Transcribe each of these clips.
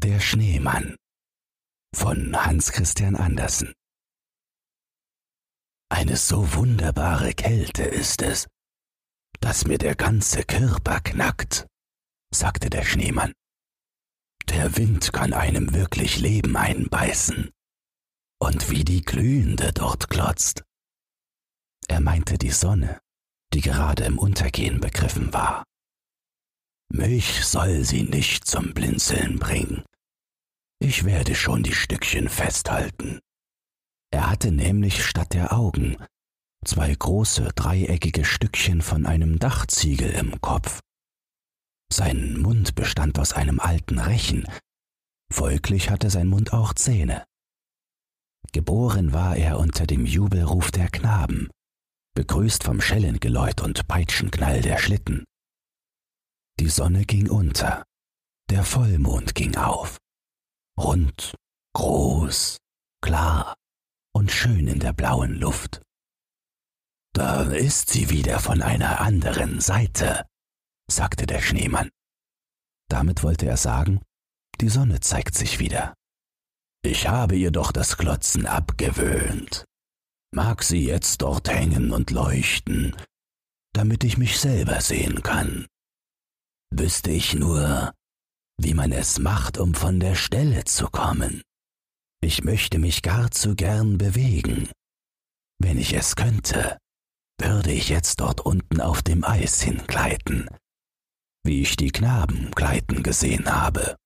Der Schneemann von Hans Christian Andersen. Eine so wunderbare Kälte ist es, dass mir der ganze Körper knackt, sagte der Schneemann. Der Wind kann einem wirklich Leben einbeißen. Und wie die Glühende dort glotzt. Er meinte die Sonne, die gerade im Untergehen begriffen war. Mich soll sie nicht zum Blinzeln bringen. Ich werde schon die Stückchen festhalten. Er hatte nämlich statt der Augen 2 große, dreieckige Stückchen von einem Dachziegel im Kopf. Sein Mund bestand aus einem alten Rechen, folglich hatte sein Mund auch Zähne. Geboren war er unter dem Jubelruf der Knaben, begrüßt vom Schellengeläut und Peitschenknall der Schlitten. Die Sonne ging unter, der Vollmond ging auf, rund, groß, klar und schön in der blauen Luft. »Da ist sie wieder von einer anderen Seite«, sagte der Schneemann. Damit wollte er sagen, die Sonne zeigt sich wieder. Ich habe ihr doch das Glotzen abgewöhnt. Mag sie jetzt dort hängen und leuchten, damit ich mich selber sehen kann. Wüsste ich nur, wie man es macht, um von der Stelle zu kommen. Ich möchte mich gar zu gern bewegen. Wenn ich es könnte, würde ich jetzt dort unten auf dem Eis hingleiten, wie ich die Knaben gleiten gesehen habe.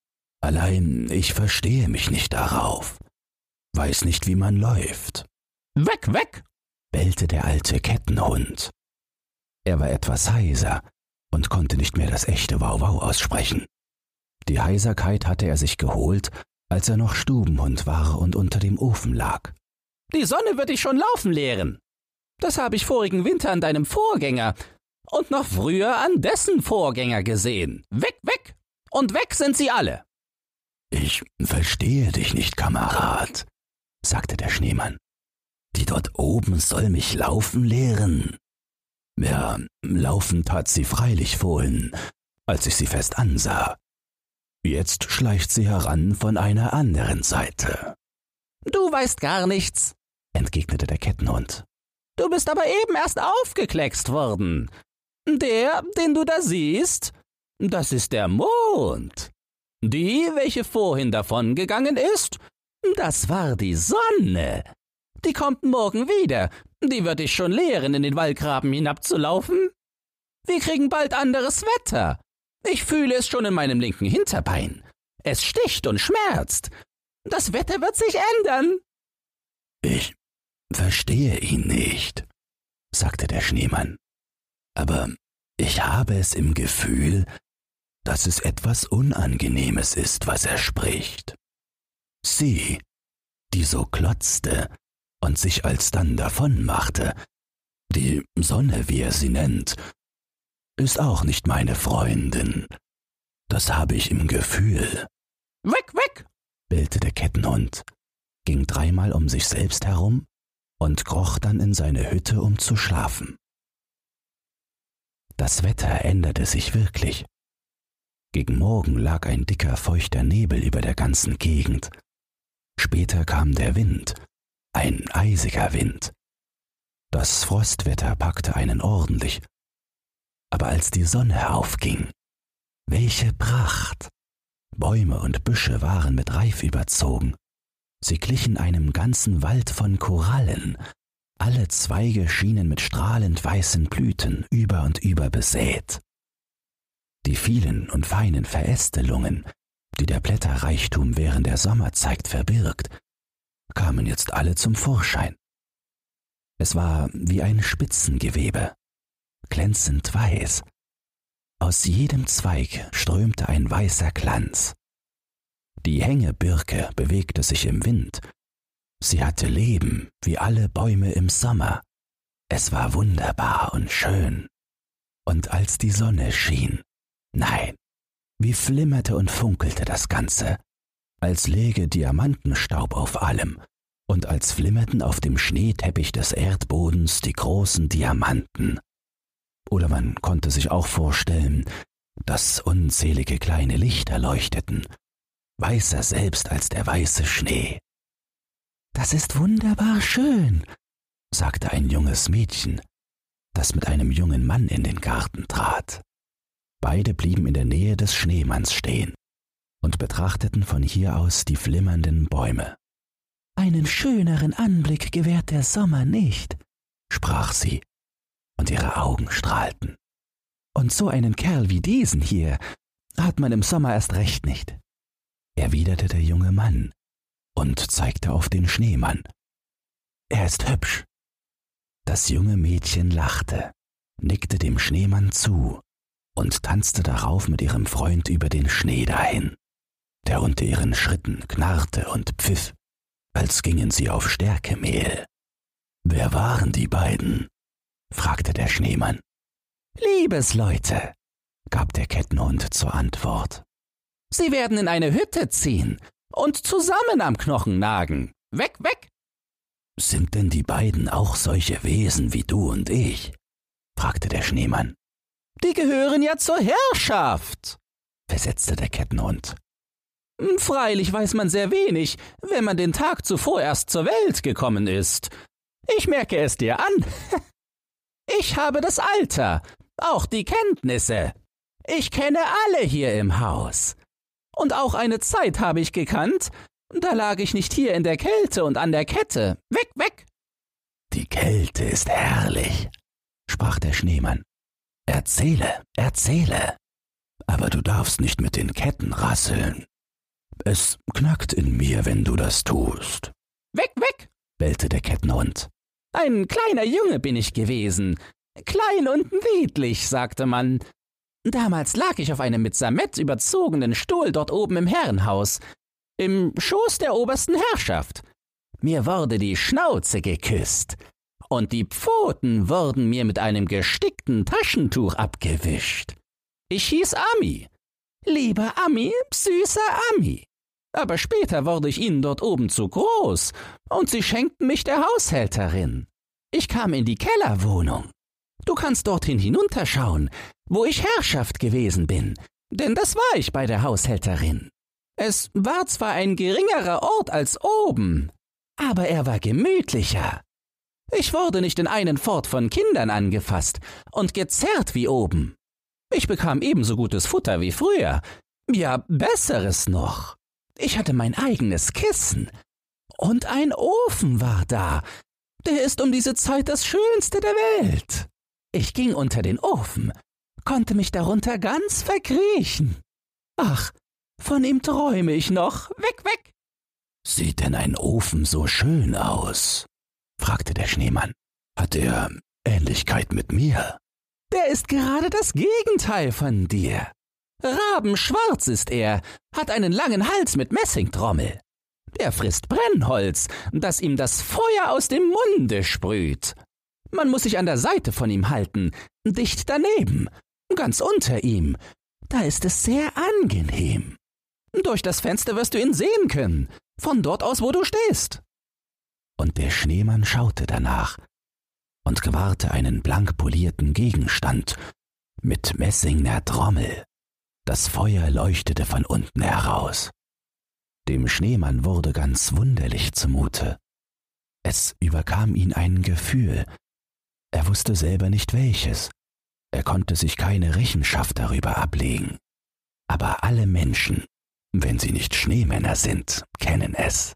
Allein ich verstehe mich nicht darauf, weiß nicht, wie man läuft. »Weg, weg!« bellte der alte Kettenhund. Er war etwas heiser und konnte nicht mehr das echte Wauwau aussprechen. Die Heiserkeit hatte er sich geholt, als er noch Stubenhund war und unter dem Ofen lag. »Die Sonne wird dich schon laufen lehren. Das habe ich vorigen Winter an deinem Vorgänger und noch früher an dessen Vorgänger gesehen. Weg, weg! Und weg sind sie alle!« »Ich verstehe dich nicht, Kamerad«, sagte der Schneemann. »Die dort oben soll mich laufen lehren. Ja, laufen tat sie freilich vorhin, als ich sie fest ansah. Jetzt schleicht sie heran von einer anderen Seite.« »Du weißt gar nichts«, entgegnete der Kettenhund. »Du bist aber eben erst aufgekleckst worden. Der, den du da siehst, das ist der Mond. Die, welche vorhin davongegangen ist, das war die Sonne. Die kommt morgen wieder, die wird dich schon lehren, in den Wallgraben hinabzulaufen. Wir kriegen bald anderes Wetter. Ich fühle es schon in meinem linken Hinterbein. Es sticht und schmerzt. Das Wetter wird sich ändern.« »Ich verstehe ihn nicht«, sagte der Schneemann. »Aber ich habe es im Gefühl, dass es etwas Unangenehmes ist, was er spricht. Sie, die so klotzte und sich alsdann davon machte, die Sonne, wie er sie nennt, ist auch nicht meine Freundin. Das habe ich im Gefühl.« »Weg, weg!« bellte der Kettenhund, ging 3-mal um sich selbst herum und kroch dann in seine Hütte, um zu schlafen. Das Wetter änderte sich wirklich. Gegen Morgen lag ein dicker, feuchter Nebel über der ganzen Gegend. Später kam der Wind, ein eisiger Wind. Das Frostwetter packte einen ordentlich. Aber als die Sonne aufging, welche Pracht! Bäume und Büsche waren mit Reif überzogen. Sie glichen einem ganzen Wald von Korallen. Alle Zweige schienen mit strahlend weißen Blüten über und über besät. Die vielen und feinen Verästelungen, die der Blätterreichtum während der Sommerzeit verbirgt, kamen jetzt alle zum Vorschein. Es war wie ein Spitzengewebe, glänzend weiß. Aus jedem Zweig strömte ein weißer Glanz. Die Hängebirke bewegte sich im Wind. Sie hatte Leben wie alle Bäume im Sommer. Es war wunderbar und schön. Und als die Sonne schien, nein, wie flimmerte und funkelte das Ganze, als läge Diamantenstaub auf allem und als flimmerten auf dem Schneeteppich des Erdbodens die großen Diamanten. Oder man konnte sich auch vorstellen, dass unzählige kleine Lichter leuchteten, weißer selbst als der weiße Schnee. »Das ist wunderbar schön«, sagte ein junges Mädchen, das mit einem jungen Mann in den Garten trat. Beide blieben in der Nähe des Schneemanns stehen und betrachteten von hier aus die flimmernden Bäume. »Einen schöneren Anblick gewährt der Sommer nicht«, sprach sie, und ihre Augen strahlten. »Und so einen Kerl wie diesen hier hat man im Sommer erst recht nicht«, erwiderte der junge Mann und zeigte auf den Schneemann. »Er ist hübsch.« Das junge Mädchen lachte, nickte dem Schneemann zu und tanzte darauf mit ihrem Freund über den Schnee dahin, der unter ihren Schritten knarrte und pfiff, als gingen sie auf Stärkemehl. »Wer waren die beiden?« fragte der Schneemann. »Liebesleute«, gab der Kettenhund zur Antwort. »Sie werden in eine Hütte ziehen und zusammen am Knochen nagen. Weg, weg!« »Sind denn die beiden auch solche Wesen wie du und ich?« fragte der Schneemann. »Die gehören ja zur Herrschaft«, versetzte der Kettenhund. »Freilich weiß man sehr wenig, wenn man den Tag zuvor erst zur Welt gekommen ist. Ich merke es dir an. Ich habe das Alter, auch die Kenntnisse. Ich kenne alle hier im Haus. Und auch eine Zeit habe ich gekannt, da lag ich nicht hier in der Kälte und an der Kette. Weg, weg!« »Die Kälte ist herrlich«, sprach der Schneemann. »Erzähle, erzähle. Aber du darfst nicht mit den Ketten rasseln. Es knackt in mir, wenn du das tust.« »Weg, weg«, bellte der Kettenhund. »Ein kleiner Junge bin ich gewesen. Klein und niedlich«, sagte man. »Damals lag ich auf einem mit Samett überzogenen Stuhl dort oben im Herrenhaus, im Schoß der obersten Herrschaft. Mir wurde die Schnauze geküsst, und die Pfoten wurden mir mit einem gestickten Taschentuch abgewischt. Ich hieß Ami. Lieber Ami, süßer Ami. Aber später wurde ich ihnen dort oben zu groß, und sie schenkten mich der Haushälterin. Ich kam in die Kellerwohnung. Du kannst dorthin hinunterschauen, wo ich Herrschaft gewesen bin, denn das war ich bei der Haushälterin. Es war zwar ein geringerer Ort als oben, aber er war gemütlicher. Ich wurde nicht in einen Fort von Kindern angefasst und gezerrt wie oben. Ich bekam ebenso gutes Futter wie früher, ja, besseres noch. Ich hatte mein eigenes Kissen, und ein Ofen war da, der ist um diese Zeit das Schönste der Welt. Ich ging unter den Ofen, konnte mich darunter ganz verkriechen. Ach, von ihm träume ich noch. Weg, weg!« »Sieht denn ein Ofen so schön aus?« fragte der Schneemann. »Hat er Ähnlichkeit mit mir?« »Der ist gerade das Gegenteil von dir. Rabenschwarz ist er, hat einen langen Hals mit Messingtrommel. Er frisst Brennholz, das ihm das Feuer aus dem Munde sprüht. Man muss sich an der Seite von ihm halten, dicht daneben, ganz unter ihm. Da ist es sehr angenehm. Durch das Fenster wirst du ihn sehen können, von dort aus, wo du stehst.« Und der Schneemann schaute danach und gewahrte einen blank polierten Gegenstand mit messingner Trommel. Das Feuer leuchtete von unten heraus. Dem Schneemann wurde ganz wunderlich zumute. Es überkam ihn ein Gefühl. Er wusste selber nicht welches. Er konnte sich keine Rechenschaft darüber ablegen. Aber alle Menschen, wenn sie nicht Schneemänner sind, kennen es.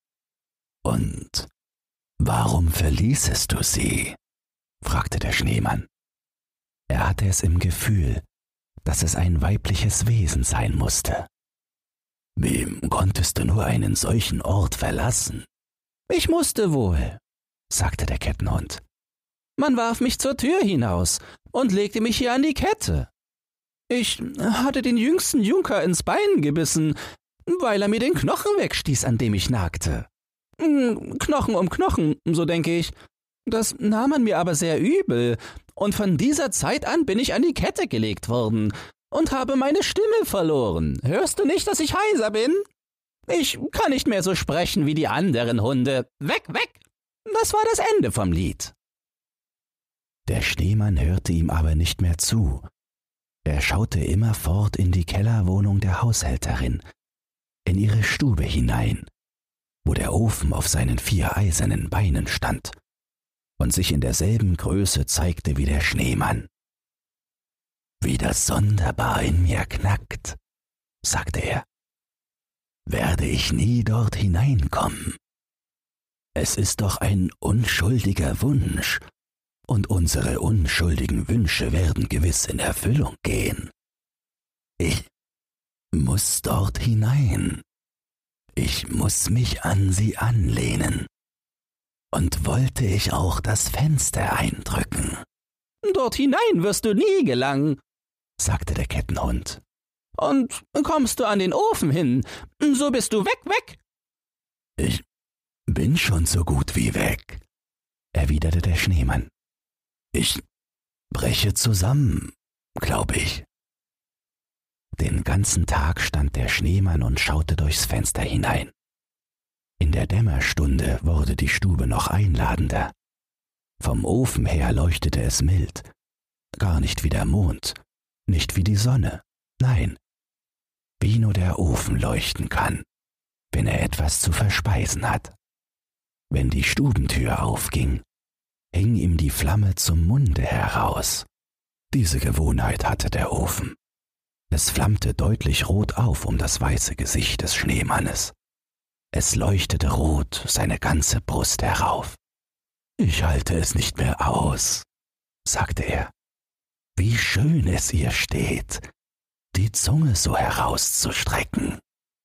»Und warum verließest du sie?« fragte der Schneemann. Er hatte es im Gefühl, dass es ein weibliches Wesen sein musste. »Wem konntest du nur einen solchen Ort verlassen?« »Ich musste wohl«, sagte der Kettenhund. »Man warf mich zur Tür hinaus und legte mich hier an die Kette. Ich hatte den jüngsten Junker ins Bein gebissen, weil er mir den Knochen wegstieß, an dem ich nagte. Knochen um Knochen, so denke ich. Das nahm man mir aber sehr übel, und von dieser Zeit an bin ich an die Kette gelegt worden und habe meine Stimme verloren. Hörst du nicht, dass ich heiser bin? Ich kann nicht mehr so sprechen wie die anderen Hunde. Weg, weg! Das war das Ende vom Lied.« Der Schneemann hörte ihm aber nicht mehr zu. Er schaute immerfort in die Kellerwohnung der Haushälterin, in ihre Stube hinein, wo der Ofen auf seinen 4 eisernen Beinen stand und sich in derselben Größe zeigte wie der Schneemann. »Wie das sonderbar in mir knackt«, sagte er, »werde ich nie dort hineinkommen. Es ist doch ein unschuldiger Wunsch, und unsere unschuldigen Wünsche werden gewiss in Erfüllung gehen. Ich muss dort hinein. Ich muss mich an sie anlehnen. Und wollte ich auch das Fenster eindrücken.« »Dort hinein wirst du nie gelangen«, sagte der Kettenhund. »Und kommst du an den Ofen hin, so bist du weg.« »Ich bin schon so gut wie weg«, erwiderte der Schneemann. »Ich breche zusammen, glaube ich.« Den ganzen Tag stand der Schneemann und schaute durchs Fenster hinein. In der Dämmerstunde wurde die Stube noch einladender. Vom Ofen her leuchtete es mild, gar nicht wie der Mond, nicht wie die Sonne, nein, wie nur der Ofen leuchten kann, wenn er etwas zu verspeisen hat. Wenn die Stubentür aufging, hing ihm die Flamme zum Munde heraus. Diese Gewohnheit hatte der Ofen. Es flammte deutlich rot auf um das weiße Gesicht des Schneemannes. Es leuchtete rot seine ganze Brust herauf. »Ich halte es nicht mehr aus«, sagte er. »Wie schön es ihr steht, die Zunge so herauszustrecken.«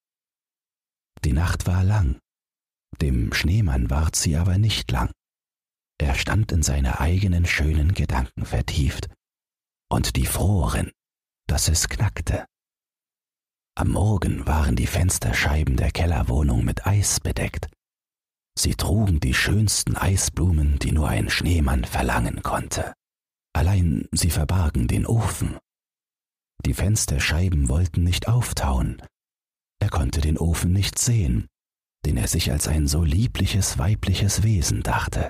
Die Nacht war lang, dem Schneemann ward sie aber nicht lang. Er stand in seine eigenen schönen Gedanken vertieft, und die froren, dass es knackte. Am Morgen waren die Fensterscheiben der Kellerwohnung mit Eis bedeckt. Sie trugen die schönsten Eisblumen, die nur ein Schneemann verlangen konnte. Allein sie verbargen den Ofen. Die Fensterscheiben wollten nicht auftauen. Er konnte den Ofen nicht sehen, den er sich als ein so liebliches weibliches Wesen dachte.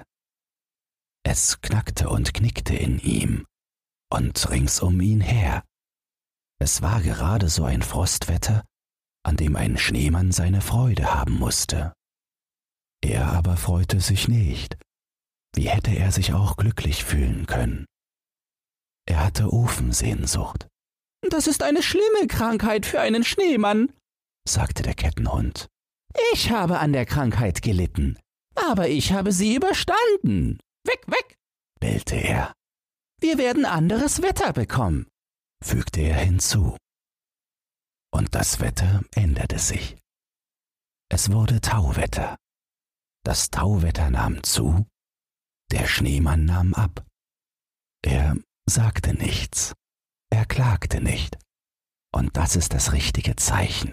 Es knackte und knickte in ihm und rings um ihn her. Es war gerade so ein Frostwetter, an dem ein Schneemann seine Freude haben musste. Er aber freute sich nicht. Wie hätte er sich auch glücklich fühlen können? Er hatte Ofensehnsucht. »Das ist eine schlimme Krankheit für einen Schneemann«, sagte der Kettenhund. »Ich habe an der Krankheit gelitten, aber ich habe sie überstanden. Weg, bellte er. Wir werden anderes Wetter bekommen«, fügte er hinzu. Und das Wetter änderte sich. Es wurde Tauwetter. Das Tauwetter nahm zu, der Schneemann nahm ab. Er sagte nichts, er klagte nicht, und das ist das richtige Zeichen.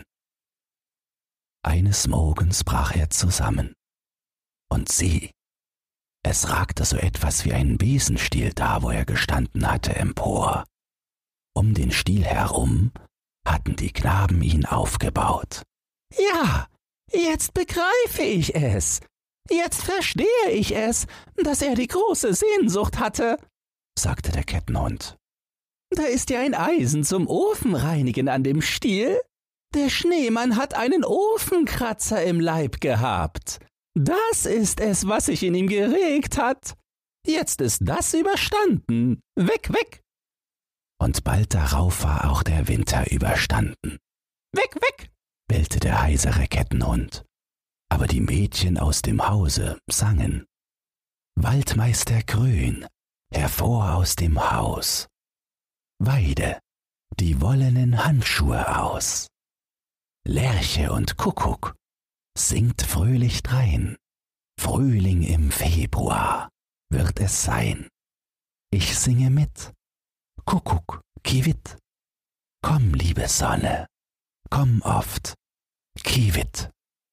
Eines Morgens brach er zusammen, und sieh, es ragte so etwas wie ein Besenstiel da, wo er gestanden hatte, empor. Um den Stiel herum hatten die Knaben ihn aufgebaut. »Ja, jetzt begreife ich es. Jetzt verstehe ich es, dass er die große Sehnsucht hatte«, sagte der Kettenhund. »Da ist ja ein Eisen zum Ofenreinigen an dem Stiel. Der Schneemann hat einen Ofenkratzer im Leib gehabt. Das ist es, was sich in ihm geregt hat. Jetzt ist das überstanden. Weg!« Und bald darauf war auch der Winter überstanden. »Weg!« bellte der heisere Kettenhund. Aber die Mädchen aus dem Hause sangen: »Waldmeister Grün, hervor aus dem Haus. Weide die wollenen Handschuhe aus. Lerche und Kuckuck, singt fröhlich drein. Frühling im Februar wird es sein. Ich singe mit. Kuckuck, Kiewit. Komm, liebe Sonne, komm oft, Kiewit.«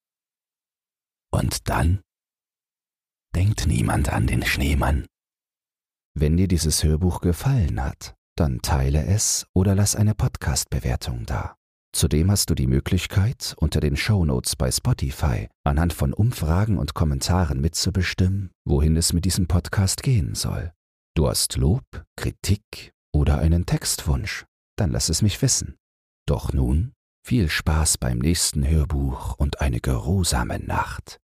Und dann denkt niemand an den Schneemann. Wenn dir dieses Hörbuch gefallen hat, dann teile es oder lass eine Podcast-Bewertung da. Zudem hast du die Möglichkeit, unter den Shownotes bei Spotify anhand von Umfragen und Kommentaren mitzubestimmen, wohin es mit diesem Podcast gehen soll. Du hast Lob, Kritik oder einen Textwunsch, dann lass es mich wissen. Doch nun Viel Spaß beim nächsten Hörbuch und eine geruhsame Nacht.